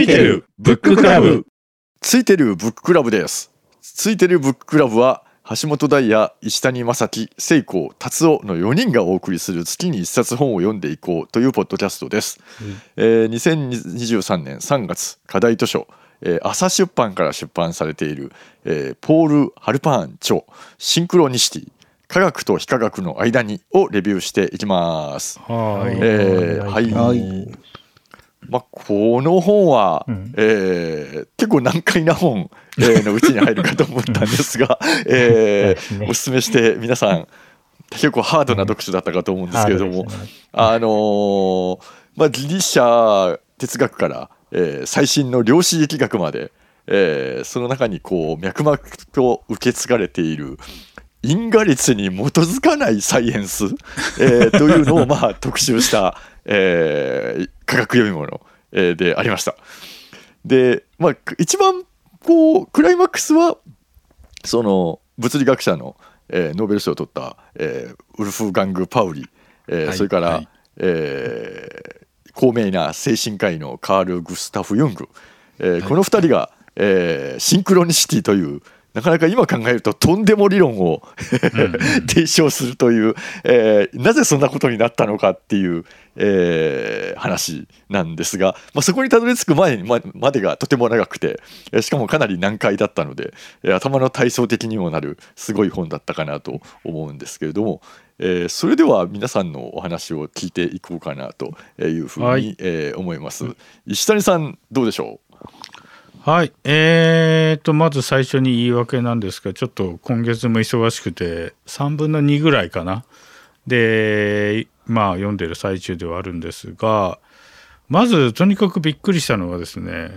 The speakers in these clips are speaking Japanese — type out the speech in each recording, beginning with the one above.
いてるブッククラブ。 ついてるブッククラブです。ついてるブッククラブは橋本大也、石谷正樹、聖光達夫の4人がお送りする月に1冊本を読んでいこうというポッドキャストです。2023年3月課題図書、朝出版から出版されている、ポール・ハルパーン著シンクロニシティ科学と非科学の間にをレビューしていきます。はい。この本は、結構難解な本、のうちに入るかと思ったんですが、おすすめして皆さん結構ハードな読書だったかと思うんですけれども、ギリシャ哲学から、最新の量子力学まで、その中にこう脈々と受け継がれている因果律に基づかないサイエンス、というのを特集した、科学読み物、でありました。で、一番こうクライマックスはその物理学者の、ノーベル賞を取った、ウルフガング・パウリ、それから、高名な精神科医のカール・グスタフ・ユング、この2人が、シンクロニシティというなかなか今考えるととんでも理論を提唱するという、なぜそんなことになったのかっていう、話なんですが、そこにたどり着く前にまでがとても長くて、しかもかなり難解だったので、頭の体操的にもなるすごい本だったかなと思うんですけれども、それでは皆さんのお話を聞いていこうかなというふうに、思います。石谷さんどうでしょう。 はい、まず最初に言い訳なんですが、ちょっと今月も忙しくて3分の2ぐらいかなで読んでる最中ではあるんですが、まずとにかくびっくりしたのはですね、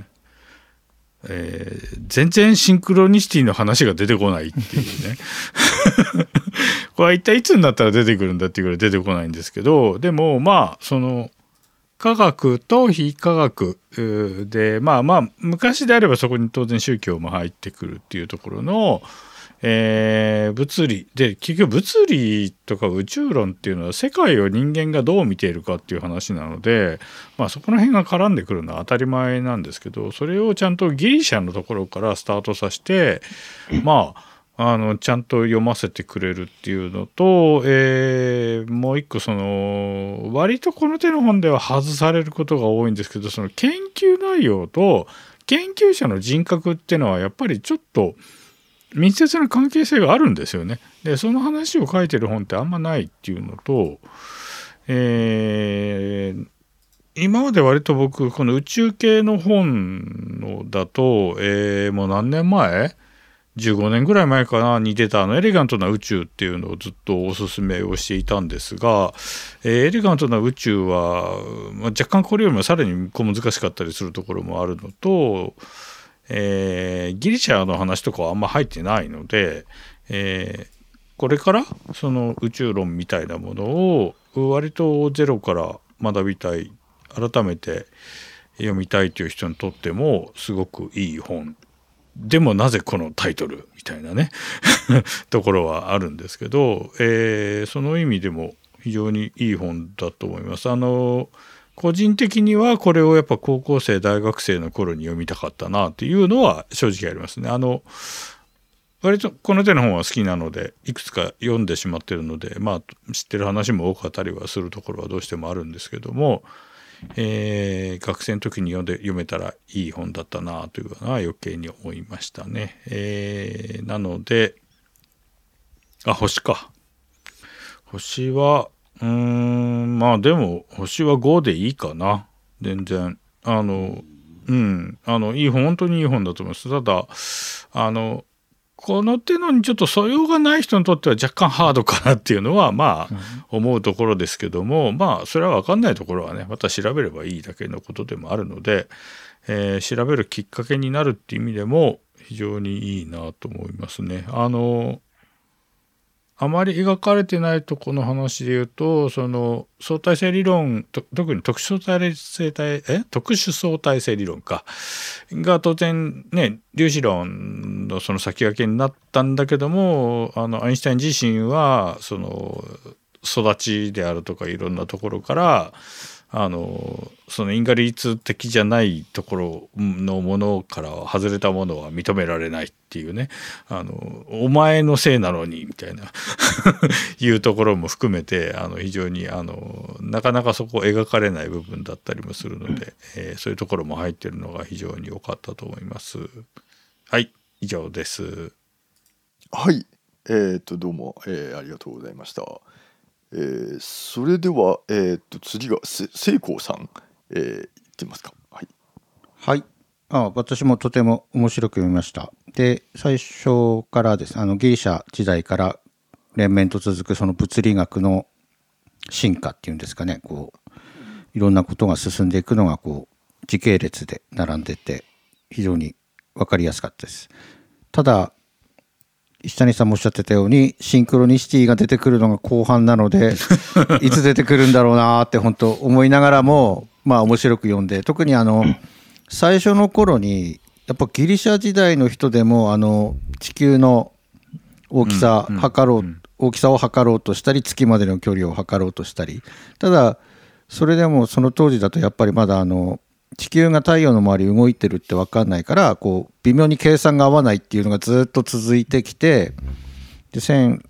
全然シンクロニシティの話が出てこないっていうねこれは一体いつになったら出てくるんだっていうぐらい出てこないんですけど、でもその科学と非科学で昔であればそこに当然宗教も入ってくるっていうところの、物理で、結局物理とか宇宙論っていうのは世界を人間がどう見ているかっていう話なので、そこら辺が絡んでくるのは当たり前なんですけど、それをちゃんとギリシャのところからスタートさせてちゃんと読ませてくれるっていうのと、もう一個割とこの手の本では外されることが多いんですけど、その研究内容と研究者の人格っていうのはやっぱりちょっと密接な関係性があるんですよね。でその話を書いてる本ってあんまないっていうのと、今まで割と僕この宇宙系の本のだと、もう何年前15年ぐらい前かなに出たエレガントな宇宙っていうのをずっとおすすめをしていたんですが、エレガントな宇宙は、若干これよりもさらに難しかったりするところもあるのと、ギリシャの話とかはあんま入ってないので、これからその宇宙論みたいなものを割とゼロから学びたい、改めて読みたいという人にとってもすごくいい本でもなぜこのタイトルみたいなねところはあるんですけど、その意味でも非常にいい本だと思います。個人的にはこれをやっぱ高校生大学生の頃に読みたかったなっていうのは正直ありますね。割とこの手の本は好きなのでいくつか読んでしまってるので、知ってる話も多かったりはするところはどうしてもあるんですけども、学生の時に読めたらいい本だったなというのは余計に思いましたね。なので星か。星はでも星は5でいいかな。全然いい本、本当にいい本だと思います。ただこの手のにちょっと素養がない人にとっては若干ハードかなっていうのは思うところですけども、それは分かんないところはねまた調べればいいだけのことでもあるので、調べるきっかけになるっていう意味でも非常にいいなと思いますね。あまり描かれてないとこの話で言うと、その相対性理論、特に特殊相対性理論が当然ね粒子論のその先駆けになったんだけども、アインシュタイン自身はその育ちであるとかいろんなところからその因果律的じゃないところのものから外れたものは認められないっていうね、お前のせいなのにみたいないうところも含めて非常になかなかそこを描かれない部分だったりもするので、そういうところも入ってるのが非常に良かったと思います。はい、以上です。 はい、どうも、ありがとうございました。それでは、次が聖光さん、言ってますか。はい、 はい、私もとても面白く読みました。で、最初からです、ギリシャ時代から連綿と続くその物理学の進化っていうんですかね、こういろんなことが進んでいくのがこう時系列で並んでて非常に分かりやすかったです。ただ石谷さんもおっしゃってたようにシンクロニシティが出てくるのが後半なのでいつ出てくるんだろうなって本当思いながらも面白く読んで、特に最初の頃にやっぱギリシャ時代の人でも地球の大きさ大きさを測ろうとしたり月までの距離を測ろうとしたり、ただそれでもその当時だとやっぱりまだ地球が太陽の周り動いてるって分かんないからこう微妙に計算が合わないっていうのがずっと続いてきて、で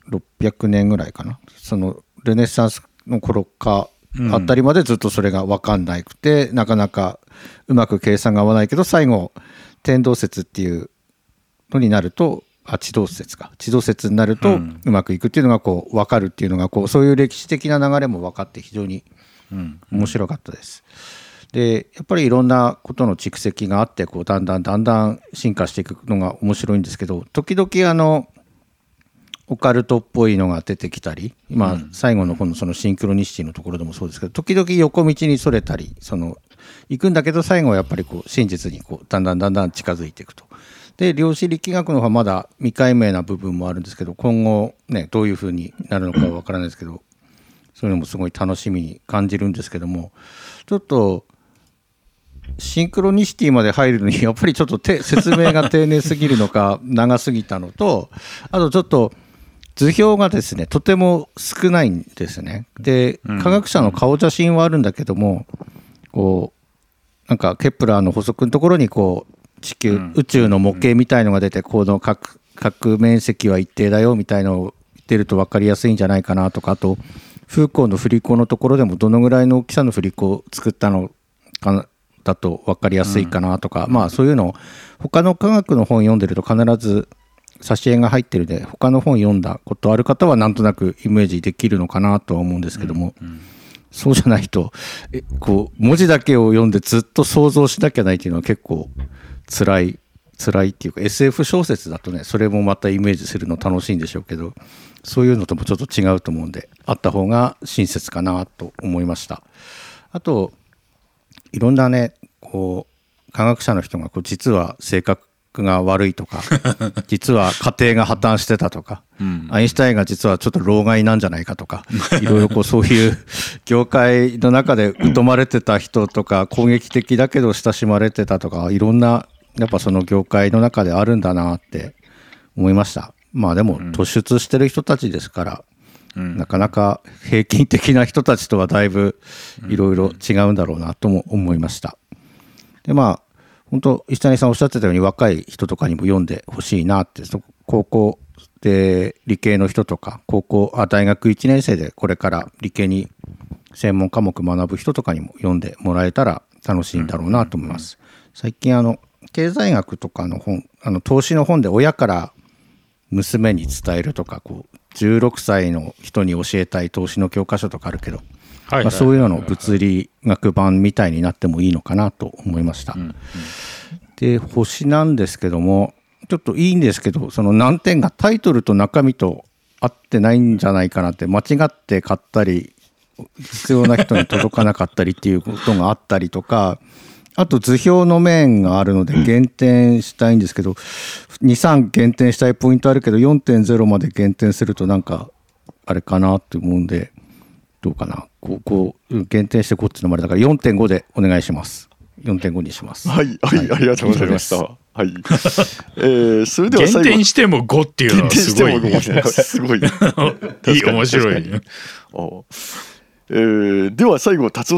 1600年ぐらいかな、そのルネサンスの頃かあたりまでずっとそれが分かんなくて、なかなかうまく計算が合わないけど最後天動説っていうのになると地動説になるとうまくいくっていうのがこう分かるっていうのがこうそういう歴史的な流れも分かって非常に面白かったです。でやっぱりいろんなことの蓄積があってこうだんだん進化していくのが面白いんですけど、時々オカルトっぽいのが出てきたり、今最後のこのそのシンクロニシティのところでもそうですけど、時々横道にそれたり行くんだけど最後はやっぱりこう真実にこうだんだん近づいていくと。で量子力学の方はまだ未解明な部分もあるんですけど、今後ねどういうふうになるのかは分からないですけど、そういうのもすごい楽しみに感じるんですけども、ちょっとシンクロニシティまで入るのにやっぱりちょっと説明が丁寧すぎるのか長すぎたのと、あとちょっと図表がですねとても少ないんですね。で科学者の顔写真はあるんだけども、こうなんかケプラーの補足のところにこう地球宇宙の模型みたいのが出て、この各面積は一定だよみたいのを言ってると分かりやすいんじゃないかなとか、あとフーコーの振り子のところでもどのぐらいの大きさの振り子を作ったのかだと分かりやすいかなとか、そういうのを他の科学の本読んでると必ず挿絵が入ってるで、他の本読んだことある方はなんとなくイメージできるのかなとは思うんですけども、そうじゃないとこう文字だけを読んでずっと想像しなきゃないっていうのは結構辛いっていうか、 SF 小説だとねそれもまたイメージするの楽しいんでしょうけど、そういうのともちょっと違うと思うんであった方が親切かなと思いました。あといろんなねこう科学者の人がこう実は性格が悪いとか実は家庭が破綻してたとか、アインシュタインが実はちょっと老害なんじゃないかとか、いろいろこうそういう業界の中で疎まれてた人とか攻撃的だけど親しまれてたとか、いろんなやっぱその業界の中であるんだなって思いました。でも突出してる人たちですから、なかなか平均的な人たちとはだいぶいろいろ違うんだろうなとも思いました。で本当石谷さんおっしゃってたように若い人とかにも読んでほしいなって、高校で理系の人とか大学1年生でこれから理系に専門科目学ぶ人とかにも読んでもらえたら楽しいんだろうなと思います。最近経済学とかの本投資の本で親から娘に伝えるとかこう16歳の人に教えたい投資の教科書とかあるけど、そういうのの物理学版みたいになってもいいのかなと思いました。で星なんですけどもちょっといいんですけど、その難点がタイトルと中身と合ってないんじゃないかなって、間違って買ったり必要な人に届かなかったりっていうことがあったりとか、あと図表の面があるので減点したいんですけど、2,3減点したいポイントあるけど 4.0 まで減点するとなんかあれかなって思うんで、どうかな、こう減点してこっちのまでだから 4.5 でお願いします。4.5 にします。 はい、ありがとうございました。はい、それでは最後減点しても5っていうのはすごいすごいいい面白い。 では最後達夫さん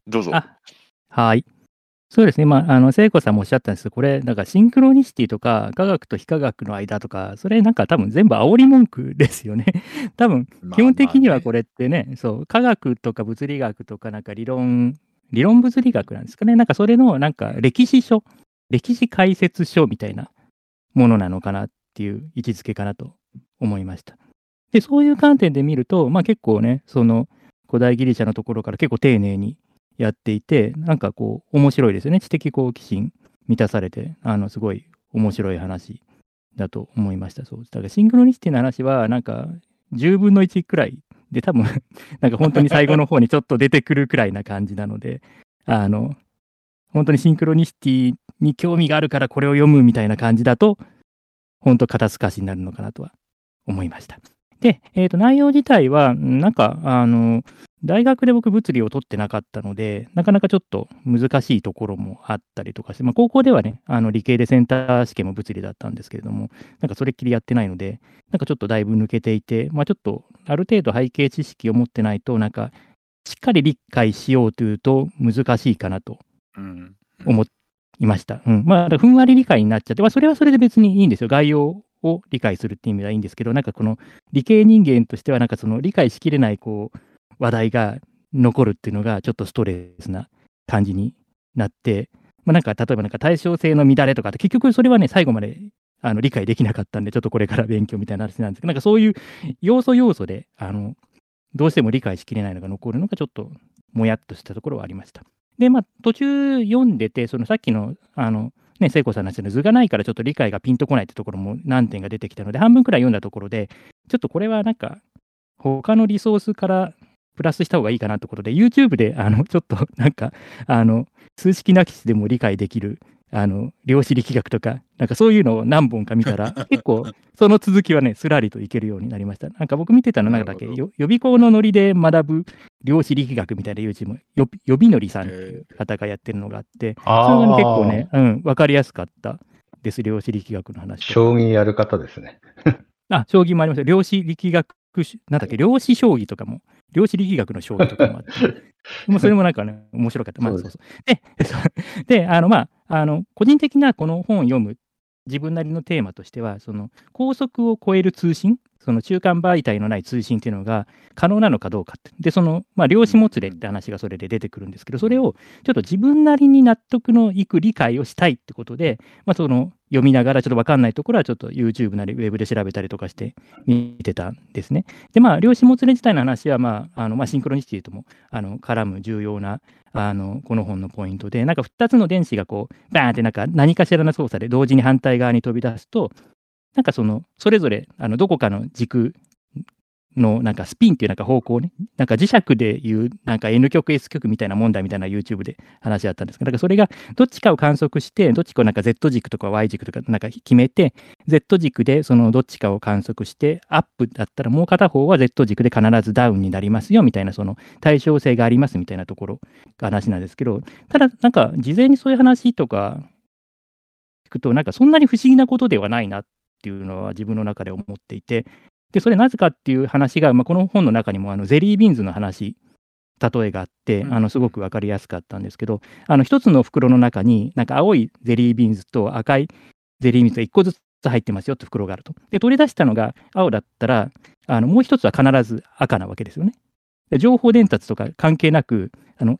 どうぞ。 はい。そうですね。聖子さんもおっしゃったんですけど、これ、なんかシンクロニシティとか、科学と非科学の間とか、それなんか多分全部煽り文句ですよね。多分、基本的にはこれってね、そう、科学とか物理学とか、なんか理論物理学なんですかね。なんかそれの、なんか歴史解説書みたいなものなのかなっていう位置づけかなと思いました。で、そういう観点で見ると、結構ね、その古代ギリシャのところから結構丁寧にやっていて、なんかこう、面白いですよね。知的好奇心満たされて、すごい面白い話だと思いました。そう。だからシンクロニシティの話は、なんか、10分の1くらいで、多分なんか本当に最後の方にちょっと出てくるくらいな感じなので、本当にシンクロニシティに興味があるからこれを読むみたいな感じだと、本当肩透かしになるのかなとは思いました。で、内容自体は、なんか、大学で僕物理を取ってなかったので、なかなかちょっと難しいところもあったりとかして、高校ではね、理系でセンター試験も物理だったんですけれども、なんかそれっきりやってないので、なんかちょっとだいぶ抜けていて、ちょっとある程度背景知識を持ってないと、なんか、しっかり理解しようというと難しいかなと思いました。ふんわり理解になっちゃって、それはそれで別にいいんですよ。概要を理解するっていう意味ではいいんですけど、なんかこの理系人間としては、なんかその理解しきれないこう話題が残るっていうのがちょっとストレスな感じになって、なんか例えばなんか対称性の乱れとかって結局それはね、最後まで理解できなかったんで、ちょっとこれから勉強みたいな話なんですけど、なんかそういう要素でどうしても理解しきれないのが残るのがちょっともやっとしたところはありました。で、途中読んでて、そのさっきの聖子さんの話の図がないからちょっと理解がピンとこないってところも何点が出てきたので、半分くらい読んだところで、ちょっとこれはなんか他のリソースからプラスした方がいいかなってことで、YouTube でちょっとなんか数式なきしでも理解できる量子力学とか、なんかそういうのを何本か見たら、結構その続きはね、すらりといけるようになりました。なんか僕見てたのなんだっけ、予備校のノリで学ぶ量子力学みたいな YouTube も、予備のりさんっていう方がやってるのがあって、それがね、結構ね、わかりやすかったです、量子力学の話とか。 将棋やる方ですね。 将棋もありますよ。量子力学、なんだっけ、量子将棋とかも、量子力学の将棋とかもあって、それもなんかね、面白かった。そうそう。で、個人的なこの本を読む自分なりのテーマとしては、その高速を超える通信、その中間媒体のない通信っていうのが可能なのかどうかって。で、量子もつれって話がそれで出てくるんですけど、それをちょっと自分なりに納得のいく理解をしたいってことで、読みながらちょっと分かんないところはちょっと YouTube なりウェブで調べたりとかして見てたんですね。で、量子もつれ自体の話は、シンクロニシティとも絡む重要なこの本のポイントで、なんか2つの電子がこう、バーンってなんか何かしらの操作で同時に反対側に飛び出すと、なんかそれぞれどこかの軸のなんかスピンっていうなんか方向ね、なんか磁石でいうなんか N 極 S 極みたいな問題みたいな YouTube で話あったんですけど、だからそれがどっちかを観測して、どっちかをなんか Z 軸とか Y 軸とかなんか決めて、Z 軸でそのどっちかを観測して、アップだったらもう片方は Z 軸で必ずダウンになりますよみたいなその対称性がありますみたいなところが話なんですけど、ただなんか事前にそういう話とか聞くとなんかそんなに不思議なことではないなっていうのは自分の中で思っていて、で、それなぜかっていう話が、この本の中にもゼリービーンズの話、例えがあって、すごく分かりやすかったんですけど、一つの袋の中に、なんか青いゼリービーンズと赤いゼリービーンズが1個ずつ入ってますよって袋があると。で、取り出したのが青だったら、もう一つは必ず赤なわけですよね。で情報伝達とか関係なく、なんか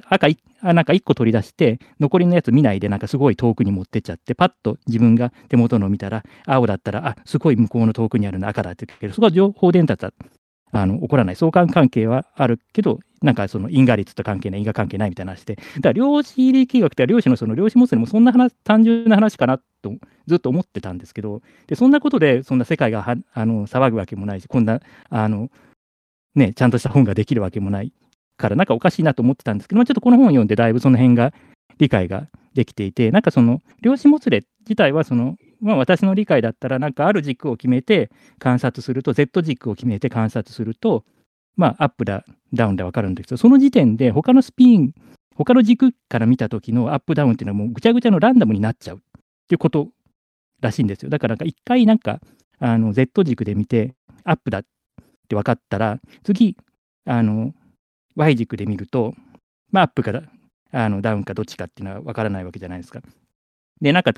1個取り出して、残りのやつ見ないで、なんかすごい遠くに持ってっちゃって、パッと自分が手元のを見たら、青だったら、すごい向こうの遠くにあるの赤だって言うけど、そこは情報伝達は起こらない。相関関係はあるけど、なんかその因果率と関係ない、因果関係ないみたいな話で、だから量子力学って量子のその量子もつれもそんな単純な話かなとずっと思ってたんですけど、でそんなことでそんな世界が騒ぐわけもないし、こんなちゃんとした本ができるわけもないから、なんかおかしいなと思ってたんですけど、ちょっとこの本を読んでだいぶその辺が理解ができていて、なんかその量子もつれ自体は私の理解だったら、なんかある軸を決めて観察すると、Z 軸を決めて観察すると、アップだ、ダウンで分かるんですけど、その時点で他の軸から見た時のアップダウンっていうのはもうぐちゃぐちゃのランダムになっちゃうっていうことらしいんですよ。だから一回なんかZ 軸で見てアップだって分かったら、次Y 軸で見るとまあ、アップかダウンかどっちかっていうのは分からないわけじゃないですか。で、なんか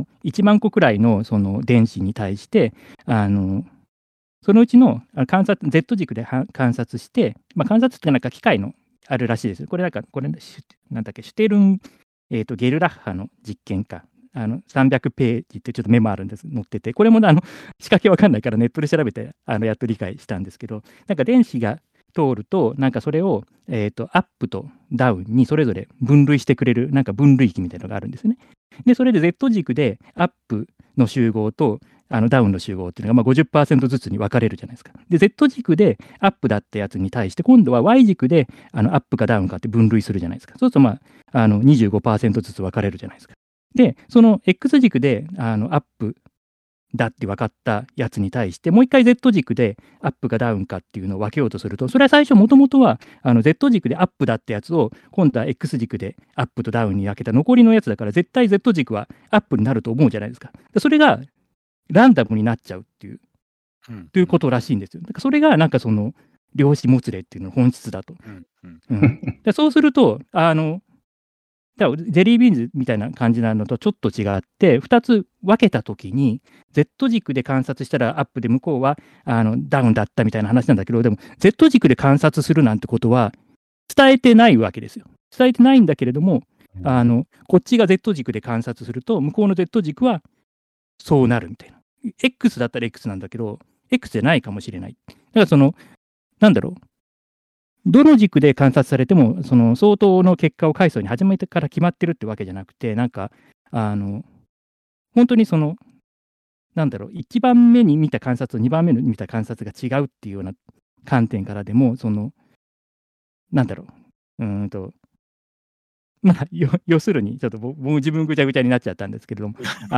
1万個くらいのその電子に対してそのうちの観察 Z 軸で観察して、まあ、観察ってなんか機械のあるらしいです。これなんだっけ、シュテルン、ゲルラッハの実験か。300ページってちょっとメモあるんです、載ってて、これも仕掛けわかんないからネットで調べてやっと理解したんですけど、なんか電子が通ると、なんかそれを、アップとダウンにそれぞれ分類してくれる、なんか分類器みたいなのがあるんですね。で、それで Z 軸でアップの集合とダウンの集合っていうのがまあ 50% ずつに分かれるじゃないですか。で、Z 軸でアップだってやつに対して、今度は Y 軸でアップかダウンかって分類するじゃないですか。そうするとまあ25% ずつ分かれるじゃないですか。で、その X 軸でアップだって分かったやつに対して、もう一回 Z 軸でアップかダウンかっていうのを分けようとすると、それは最初もともとはZ 軸でアップだってやつを今度は X 軸でアップとダウンに分けた残りのやつだから、絶対 Z 軸はアップになると思うじゃないですか。それがランダムになっちゃうっていう、ということらしいんですよ。だからそれがなんかその量子もつれっていうのの本質だと。でそうするとだからゼリービーンズみたいな感じなのとちょっと違って、2つ分けたときに Z 軸で観察したらアップで向こうはダウンだったみたいな話なんだけど、でも Z 軸で観察するなんてことは伝えてないわけですよ。伝えてないんだけれども、こっちが Z 軸で観察すると向こうの Z 軸はそうなるみたいな。X だったら X なんだけど X じゃないかもしれない。だからなんだろう、どの軸で観察されてもその相当の結果を返すように初めてから決まってるってわけじゃなくて、なんか本当になんだろう、1番目に見た観察と2番目に見た観察が違うっていうような観点からでも、なんだろう、まあ要するにちょっともう自分ぐちゃぐちゃになっちゃったんですけれども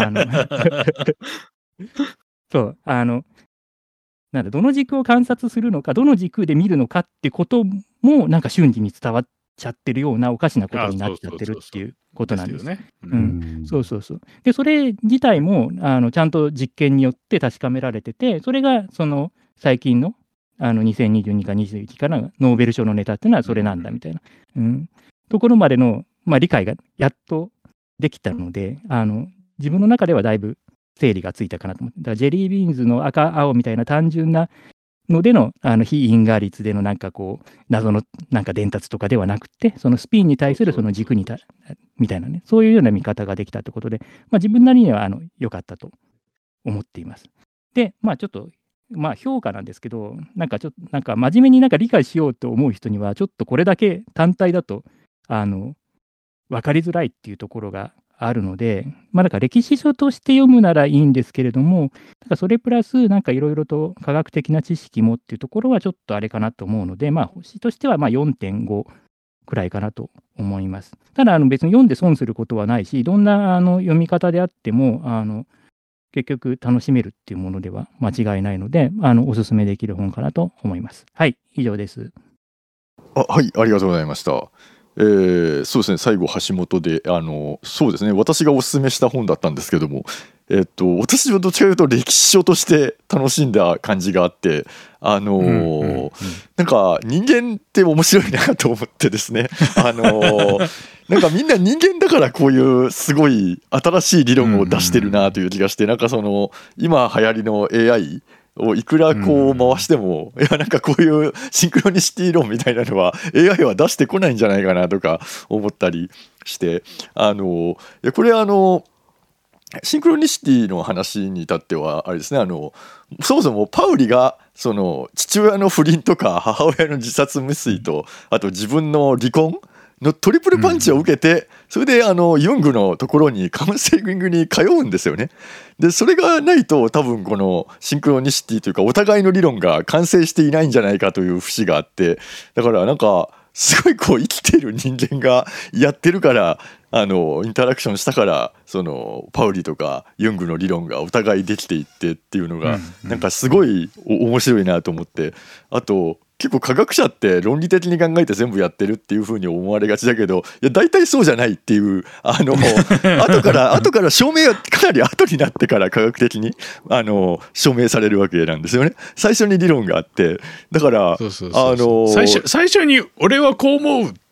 そうなんだ、どの軸を観察するのか、どの軸で見るのかってこともなんか瞬時に伝わっちゃってるようなおかしなことになっちゃってるっていうことなんです。そうそうそう。でそれ自体もちゃんと実験によって確かめられてて、それが最近の2022か21かなノーベル賞のネタっていうのはそれなんだみたいな、ところまでの、まあ、理解がやっとできたので、自分の中ではだいぶ整理がついたかなと思って。だからジェリービーンズの赤青みたいな単純なのでの非因果率でのなんかこう謎のなんか伝達とかではなくて、そのスピンに対するその軸にみたいなね、そういうような見方ができたということで、まあ、自分なりには良かったと思っています。で、まあちょっとまあ評価なんですけど、なんか真面目になんか理解しようと思う人にはちょっとこれだけ単体だと分かりづらいっていうところがあるので、まあだから歴史書として読むならいいんですけれども、だからそれプラスなんかいろいろと科学的な知識もっていうところはちょっとあれかなと思うので、まあ星としてはまあ 4.5 くらいかなと思います。ただ別に読んで損することはないし、どんな読み方であっても結局楽しめるっていうものでは間違いないので、おすすめできる本かなと思います。はい、以上です。 はい、ありがとうございました。そうですね、最後橋本でそうですね、私がおすすめした本だったんですけども、私はどちらかというと歴史書として楽しんだ感じがあってなんか人間って面白いなと思ってですねなんかみんな人間だからこういうすごい新しい理論を出してるなという気がして、なんか今流行りの AIをいくらこう回しても、いやなんかこういうシンクロニシティ論みたいなのは AI は出してこないんじゃないかなとか思ったりして、いやこれシンクロニシティの話に至ってはあれですね、そもそもパウリが父親の不倫とか母親の自殺未遂とあと自分の離婚のトリプルパンチを受けて、それでユングのところにカウンセリングに通うんですよね。でそれがないと多分このシンクロニシティというかお互いの理論が完成していないんじゃないかという節があって、だからなんかすごいこう生きている人間がやってるからインタラクションしたからパウリとかユングの理論がお互いできていってっていうのがなんかすごい面白いなと思って、あと結構科学者って論理的に考えて全部やってるっていう風に思われがちだけど、いや大体そうじゃないっていう後から証明はかなり後になってから科学的に証明されるわけなんですよね。最初に理論があって、だから最初に俺はこう思うっ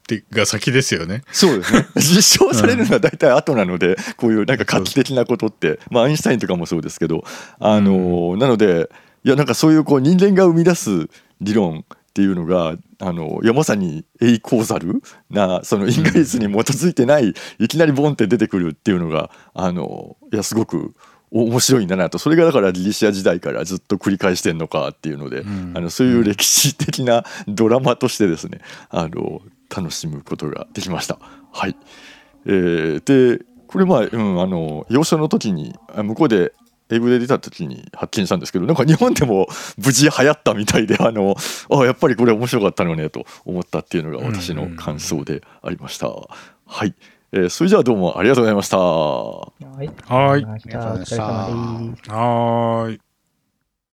が先ですよね。 そうですね。実証されるのは大体後なので、こういうなんか画期的なことって、アインシュタインとかもそうですけど、なのでいやなんかそういうこう人間が生み出す理論っていうのがいやまさに栄光ざるなその因果律に基づいてない、いきなりボンって出てくるっていうのがいやすごく面白いんだなと。それがだからギリシア時代からずっと繰り返してんのかっていうので、そういう歴史的なドラマとしてですね楽しむことができました。はい、でこれ幼少の時に向こうで英語で出た時に発見したんですけど、なんか日本でも無事流行ったみたいでやっぱりこれ面白かったのねと思ったっていうのが私の感想でありました。はい、それじゃあどうもありがとうございました。 はい。 はい。 ありがとうございました。お疲れ様です。 はい。